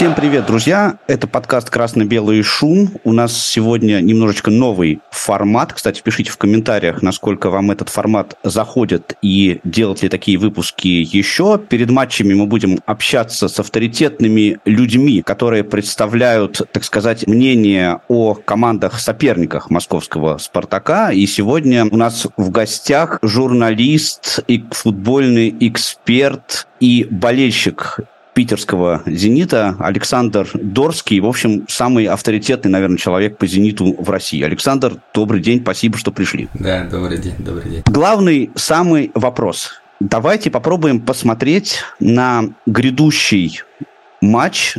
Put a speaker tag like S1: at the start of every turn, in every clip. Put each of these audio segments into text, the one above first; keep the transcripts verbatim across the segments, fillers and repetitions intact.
S1: Всем привет, друзья! Это подкаст «Красно-белый шум». У нас сегодня немножечко новый формат. Кстати, пишите в комментариях, насколько вам этот формат заходит и делать ли такие выпуски еще. Перед матчами мы будем общаться с авторитетными людьми, которые представляют, так сказать, мнение о командах-соперниках московского «Спартака». И сегодня у нас в гостях журналист и футбольный эксперт и болельщик питерского «Зенита» Александр Дорский. В общем, самый авторитетный, наверное, человек по «Зениту» в России. Александр, добрый день, спасибо, что пришли.
S2: Да, добрый день, добрый день.
S1: Главный, самый вопрос. Давайте попробуем посмотреть на грядущий матч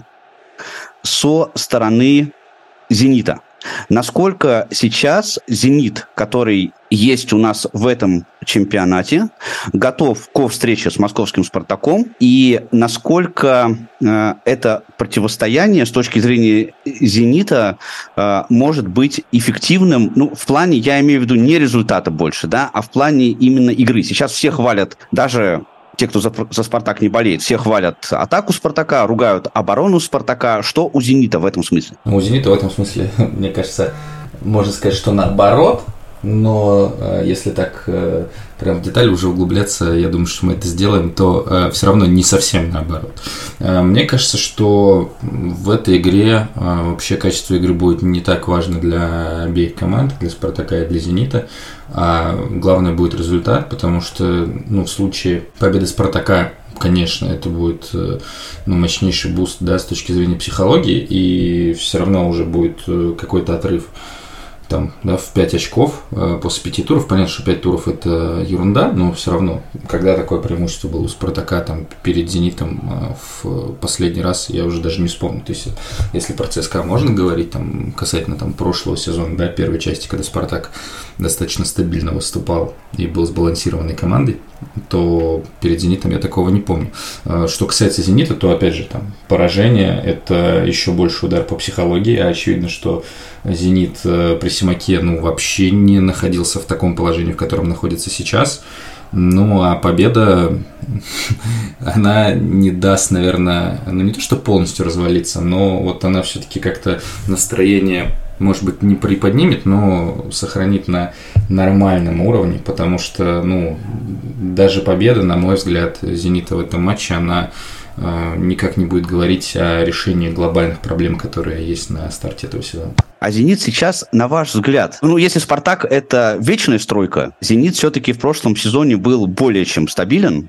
S1: со стороны «Зенита». Насколько сейчас «Зенит», который есть у нас в этом чемпионате, готов к встрече с московским «Спартаком», и насколько э, это противостояние с точки зрения «Зенита» э, может быть эффективным, ну, в плане, я имею в виду не результата больше, да, а в плане именно игры. Сейчас все хвалят, даже те, кто за, за «Спартак» не болеет, все хвалят атаку «Спартака», ругают оборону «Спартака». Что у «Зенита» в этом смысле?
S2: У «Зенита» в этом смысле, мне кажется, можно сказать, что наоборот, но э, если так э, прям в детали уже углубляться, я думаю, что мы это сделаем, то э, все равно не совсем наоборот. Э, мне кажется, что в этой игре э, вообще качество игры будет не так важно для обеих команд, для «Спартака» и для «Зенита», а главное будет результат, потому что, ну, в случае победы «Спартака», конечно, это будет, ну, мощнейший буст, да, с точки зрения психологии, и все равно уже будет какой-то отрыв там, да, в пять очков э, после пяти туров. Понятно, что пять туров это ерунда, но все равно, когда такое преимущество было у «Спартака» там, перед «Зенитом» э, в последний раз, я уже даже не вспомню. То есть, если про ЦСКА можно говорить там, касательно там, прошлого сезона, да, первой части, когда «Спартак» достаточно стабильно выступал и был сбалансированной командой, то перед «Зенитом» я такого не помню. Что касается «Зенита», то, опять же, там, поражение – это еще больше удар по психологии, а очевидно, что «Зенит» при Симаке, ну, вообще не находился в таком положении, в котором находится сейчас. Ну, а победа, она не даст, наверное, ну, не то, что полностью развалиться, но вот она все-таки как-то настроение, может быть, не приподнимет, но сохранит на нормальном уровне, потому что, ну, даже победа, на мой взгляд, «Зенита» в этом матче, она э, никак не будет говорить о решении глобальных проблем, которые есть на старте этого сезона.
S1: А «Зенит» сейчас, на ваш взгляд, ну, если «Спартак» – это вечная стройка, «Зенит» все-таки в прошлом сезоне был более чем стабилен.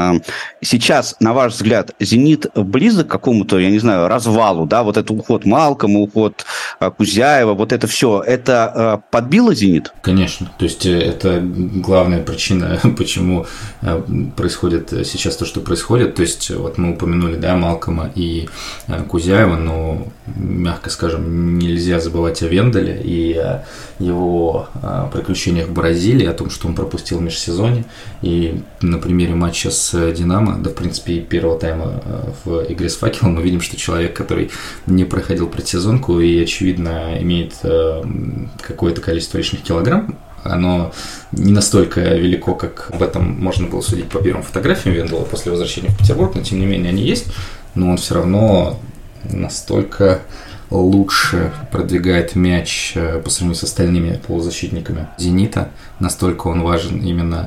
S1: Сейчас, на ваш взгляд, «Зенит» близок к какому-то, я не знаю, развалу, да, вот это уход Малкома, уход Кузяева, вот это все, это подбило «Зенит»?
S2: Конечно, то есть это главная причина, почему происходит сейчас то, что происходит. То есть вот мы упомянули, да, Малкома и Кузяева, но, мягко скажем, нельзя забывать о Венделе и о его приключениях в Бразилии, о том, что он пропустил в межсезонье. И на примере матча с «Динамо», да, в принципе, и первого тайма в игре с «Факелом», мы видим, что человек, который не проходил предсезонку и, очевидно, имеет какое-то количество лишних килограмм, оно не настолько велико, как об этом можно было судить по первым фотографиям Вендела после возвращения в Петербург, но, тем не менее, они есть, но он все равно настолько лучше продвигает мяч по сравнению с остальными полузащитниками «Зенита», настолько он важен именно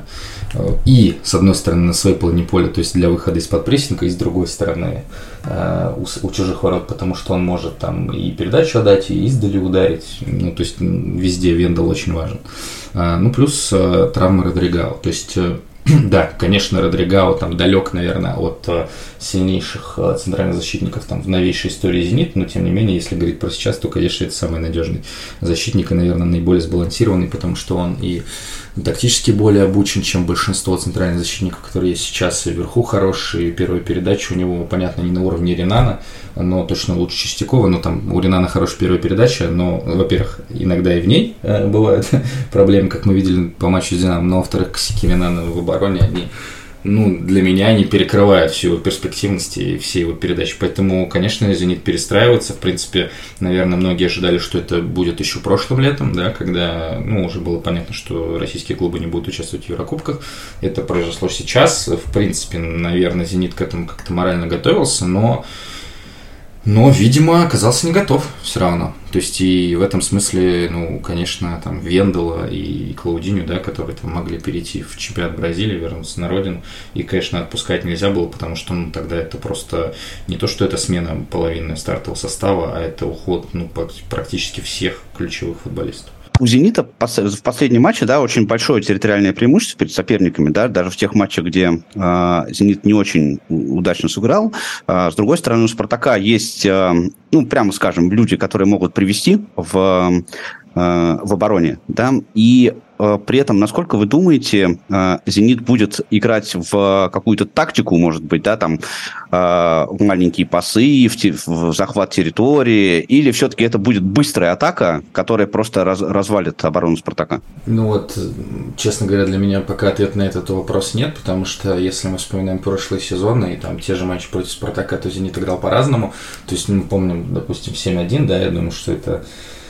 S2: и, с одной стороны, на своей половине поля, то есть для выхода из-под прессинга, и с другой стороны, у, у чужих ворот, потому что он может там и передачу отдать, и издали ударить, ну, то есть везде Вендел очень важен. Ну, плюс травма Родригао, то есть... Да, конечно, Родригао там далек, наверное, от сильнейших центральных защитников там в новейшей истории «Зенита», но, тем не менее, если говорить про сейчас, то, конечно, это самый надежный защитник и, наверное, наиболее сбалансированный, потому что он и тактически более обучен, чем большинство центральных защитников, которые есть сейчас, и вверху хорошие, первая передача у него, понятно, не на уровне Ренана, но точно лучше Чистякова, но там у Ренана хорошая первая передача, но, во-первых, иногда и в ней э, бывают проблемы, как мы видели по матчу с «Динамо», но, во-вторых, косяки Ренана в обороне, они, ну, для меня они перекрывают всю его перспективность и все его передачи. Поэтому, конечно, «Зенит» перестраивается. В принципе, наверное, многие ожидали, что это будет еще прошлым летом, да, когда, ну, уже было понятно, что российские клубы не будут участвовать в Еврокубках. Это произошло сейчас. В принципе, наверное, «Зенит» к этому как-то морально готовился, но Но, видимо, оказался не готов все равно. То есть и в этом смысле, ну, конечно, там Венделла и Клаудиньо, да, которые там могли перейти в чемпионат Бразилии, вернуться на родину, и, конечно, отпускать нельзя было, потому что, ну, тогда это просто не то, что это смена половины стартового состава, а это уход, ну, практически всех ключевых футболистов.
S1: У «Зенита» в последнем матче, да, очень большое территориальное преимущество перед соперниками, да, даже в тех матчах, где э, «Зенит» не очень удачно сыграл. Э, с другой стороны, у «Спартака» есть, э, ну, прямо скажем, люди, которые могут привести в, э, в обороне, да, и э, при этом, насколько вы думаете, э, «Зенит» будет играть в какую-то тактику, может быть, да, там, э, в маленькие пасы, в, те, в захват территории, или все-таки это будет быстрая атака, которая просто раз, развалит оборону «Спартака»?
S2: Ну вот, честно говоря, для меня пока ответа на этот вопрос нет, потому что если мы вспоминаем прошлые сезоны и там те же матчи против «Спартака», то «Зенит» играл по-разному. То есть мы помним, допустим, семь один, да, я думаю, что это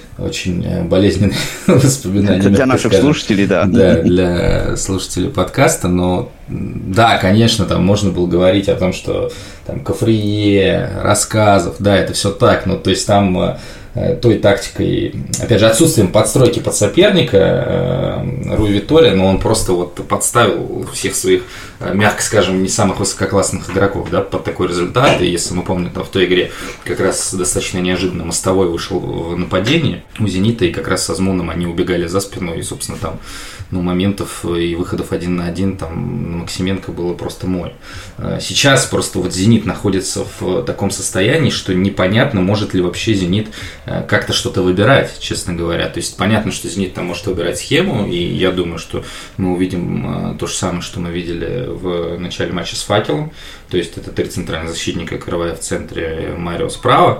S2: очень болезненные воспоминания.
S1: Это для наших скажем. слушателей, да.
S2: Да, для слушателей подкаста, но да, конечно, там можно было говорить о том, что там Кафрие, Рассказов, да, это все так, но то есть там той тактикой, опять же, отсутствием подстройки под соперника Руй Витория, но он просто вот подставил всех своих, мягко скажем, не самых высококлассных игроков, да, под такой результат. И если мы помним, там в той игре как раз достаточно неожиданно Мостовой вышел в нападение у «Зенита», и как раз с Азмуном они убегали за спину, и, собственно, там, ну, моментов и выходов один на один там на Максименко было просто море. Сейчас просто вот «Зенит» находится в таком состоянии, что непонятно, может ли вообще «Зенит» как-то что-то выбирать, честно говоря. То есть понятно, что «Зенит» там может выбирать схему, и я думаю, что мы увидим то же самое, что мы видели в начале матча с «Факелом». То есть это три центральных защитника, Караваев в центре, Марио справа.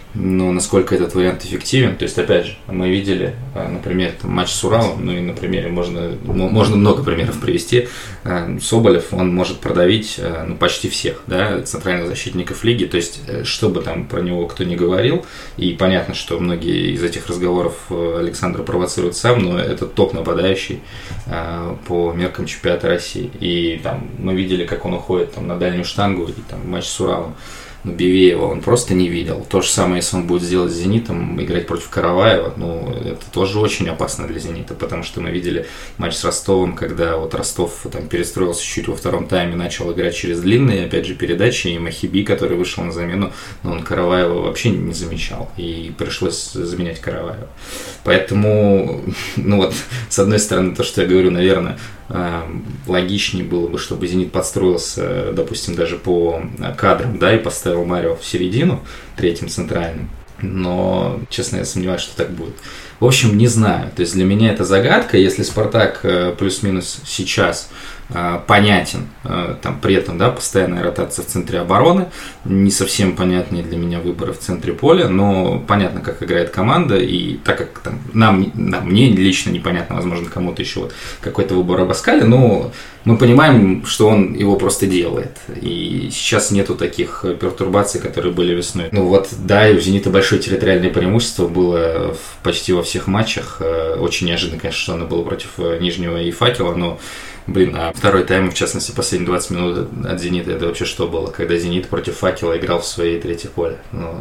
S2: Но насколько этот вариант эффективен, то есть, опять же, мы видели, например, там, матч с Уралом, ну и на примере можно, можно много примеров привести. Соболев, он может продавить, ну, почти всех, да, центральных защитников лиги, то есть, что бы там про него кто ни говорил, и понятно, что многие из этих разговоров Александр провоцирует сам, но это топ-нападающий по меркам чемпионата России, и там мы видели, как он уходит там на дальнюю штангу, и там матч с Уралом. Ну, Бивеева он просто не видел. То же самое, если он будет делать с «Зенитом», играть против Караваева, ну, это тоже очень опасно для «Зенита», потому что мы видели матч с Ростовом, когда вот Ростов там перестроился чуть во втором тайме, начал играть через длинные, опять же, передачи, и Махиби, который вышел на замену, но он Караваева вообще не замечал, и пришлось заменять Караваева. Поэтому, ну вот, с одной стороны, то, что я говорю, наверное, логичнее было бы, чтобы «Зенит» подстроился, допустим, даже по кадрам, да, и поставил Марио в середину, третьим центральным. Но, честно, я сомневаюсь, что так будет. В общем, не знаю. То есть для меня это загадка. Если «Спартак» плюс-минус сейчас понятен, там при этом, да, постоянная ротация в центре обороны, не совсем понятные для меня выборы в центре поля, но понятно, как играет команда, и так как там, нам, нам, мне лично непонятно, возможно, кому-то еще вот какой-то выбор Абаскаля, но мы понимаем, что он его просто делает, и сейчас нету таких пертурбаций, которые были весной. Ну вот, да, и у «Зенита» большое территориальное преимущество было почти во всех матчах, очень неожиданно, конечно, что оно было против Нижнего и «Факела», но блин, а второй тайм, в частности, последние двадцать минут от «Зенита», это вообще что было? Когда «Зенит» против «Факела» играл в своей третьей поле. Ну,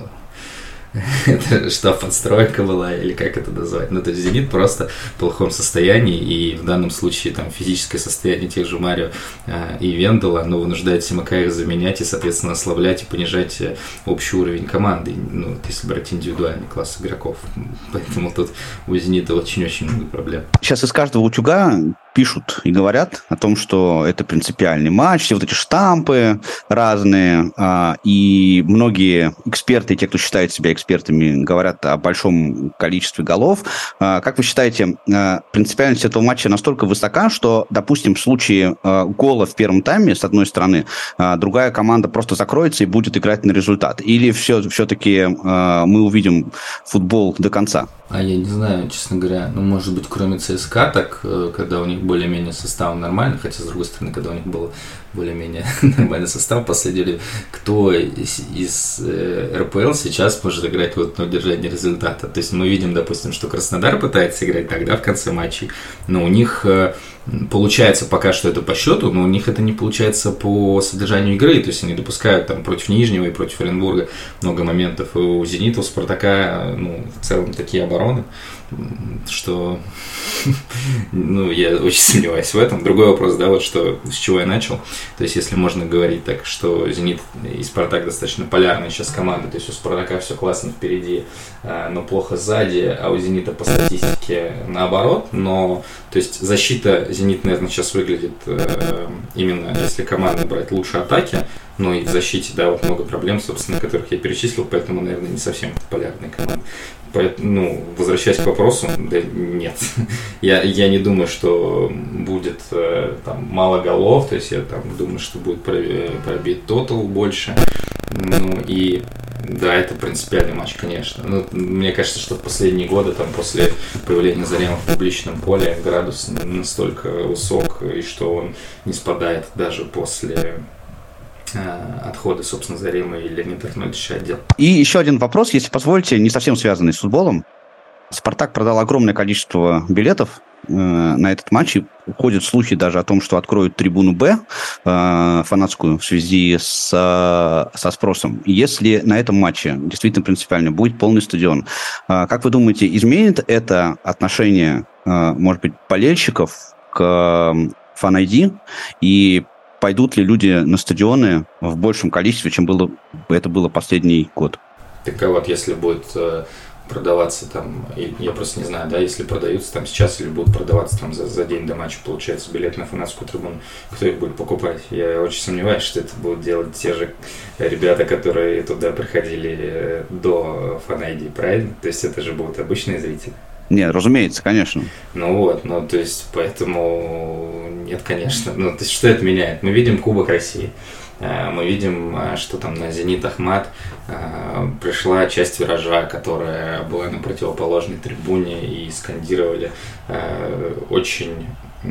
S2: это что, подстройка была, или как это назвать? Ну, то есть «Зенит» просто в плохом состоянии, и в данном случае там физическое состояние тех же Марио э, и Венделла, оно вынуждает Симака их заменять и, соответственно, ослаблять и понижать общий уровень команды, ну, если брать индивидуальный класс игроков. Поэтому тут у «Зенита» очень-очень много проблем.
S1: Сейчас из каждого утюга пишут и говорят о том, что это принципиальный матч, все вот эти штампы разные, и многие эксперты, те, кто считает себя экспертами, говорят о большом количестве голов. Как вы считаете, принципиальность этого матча настолько высока, что, допустим, в случае гола в первом тайме, с одной стороны, другая команда просто закроется и будет играть на результат? Или все, все-таки мы увидим футбол до конца?
S2: А я не знаю, честно говоря, ну, может быть, кроме ЦСКА, так, когда у них более-менее состав нормальный, хотя, с другой стороны, когда у них было более-менее нормальный состав последили. Кто из, из э, эр пэ эл сейчас может играть вот на удержание результата? То есть мы видим, допустим, что Краснодар пытается играть тогда в конце матчей, но у них э, получается пока что это по счету, но у них это не получается по содержанию игры. То есть они допускают там против Нижнего и против Оренбурга много моментов. И у Зенита, у Спартака, ну, в целом такие обороны, что ну, я очень сомневаюсь в этом. Другой вопрос, да, вот что, с чего я начал. То есть, если можно говорить так, что Зенит и Спартак достаточно полярные сейчас команды, то есть у Спартака все классно впереди, но плохо сзади, а у Зенита по статистике наоборот. Но, то есть, защита Зенит, наверное, сейчас выглядит именно, если команды брать лучше атаки, но и в защите, да, вот много проблем, собственно, которых я перечислил, поэтому, наверное, не совсем полярные команды. Поэтому, ну, возвращаясь к вопросу, да нет, я, я не думаю, что будет э, там мало голов, то есть я там думаю, что будет пробит тотал больше, ну и да, это принципиальный матч, конечно. Ну, мне кажется, что в последние годы, там, после появления Зарема в публичном поле, градус настолько высок, и что он не спадает даже после отходы, собственно, Зарема и Леонида Арнольдовича отдел.
S1: И еще один вопрос, если позволите, не совсем связанный с футболом. «Спартак» продал огромное количество билетов э, на этот матч, и ходят слухи даже о том, что откроют трибуну «Б», э, фанатскую, в связи с, со спросом. Если на этом матче действительно принципиально будет полный стадион, э, как вы думаете, изменит это отношение, э, может быть, болельщиков к Fan ай ди, и пойдут ли люди на стадионы в большем количестве, чем было, это было последний год?
S2: Так вот, если будет э, продаваться там, я просто не знаю, да, если продаются там сейчас или будут продаваться там за, за день до матча, получается, билет на фанатскую трибуну, кто их будет покупать? Я очень сомневаюсь, что это будут делать те же ребята, которые туда приходили до Fan ай ди, правильно? То есть это же будут обычные зрители.
S1: Нет, разумеется, конечно.
S2: Ну вот, ну то есть, поэтому нет, конечно. Ну, то есть, что это меняет? Мы видим Кубок России. Мы видим, что там на «Зенит Ахмат» пришла часть «Виража», которая была на противоположной трибуне, и скандировали очень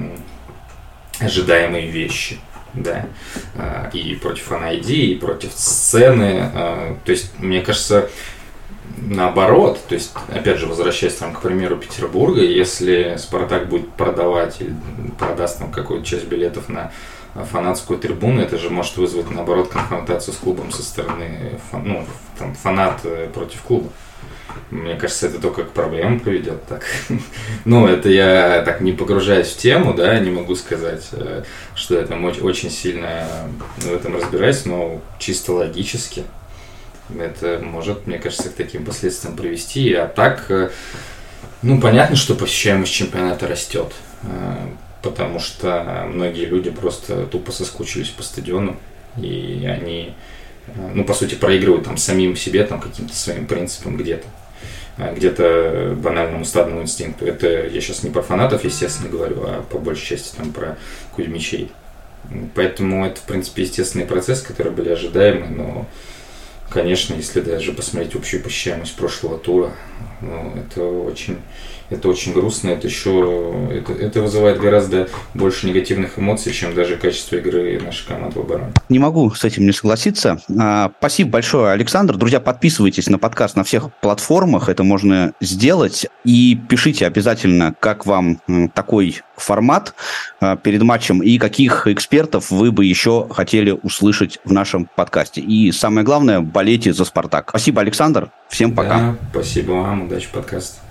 S2: ожидаемые вещи. Да, и против Fan ай ди, и против сцены. То есть, мне кажется, наоборот, то есть, опять же, возвращаясь там, к примеру Петербурга, если «Спартак» будет продавать или продаст там какую-то часть билетов на фанатскую трибуну, это же может вызвать, наоборот, конфронтацию с клубом со стороны, ну, там, фанат против клуба. Мне кажется, это только к проблемам приведет. Так. Ну, это я так не погружаясь в тему, да, не могу сказать, что я там очень сильно в этом разбираюсь, но чисто логически это может, мне кажется, к таким последствиям привести. А так, ну, понятно, что посещаемость чемпионата растет, потому что многие люди просто тупо соскучились по стадиону, и они, ну, по сути, проигрывают там самим себе, там, каким-то своим принципам где-то. Где-то банальному стадному инстинкту. Это я сейчас не про фанатов, естественно, говорю, а по большей части там про кузьмичей. Поэтому это, в принципе, естественный процесс, который были ожидаемы, но, конечно, если даже посмотреть общую посещаемость прошлого тура, ну, это очень, это очень грустно, это еще это, это вызывает гораздо больше негативных эмоций, чем даже качество игры нашей команды в обороне.
S1: Не могу с этим не согласиться. Спасибо большое, Александр. Друзья, подписывайтесь на подкаст на всех платформах, это можно сделать. И пишите обязательно, как вам такой формат перед матчем и каких экспертов вы бы еще хотели услышать в нашем подкасте. И самое главное, болейте за «Спартак». Спасибо, Александр. Всем пока.
S2: Да, спасибо вам. Удачи, подкаст.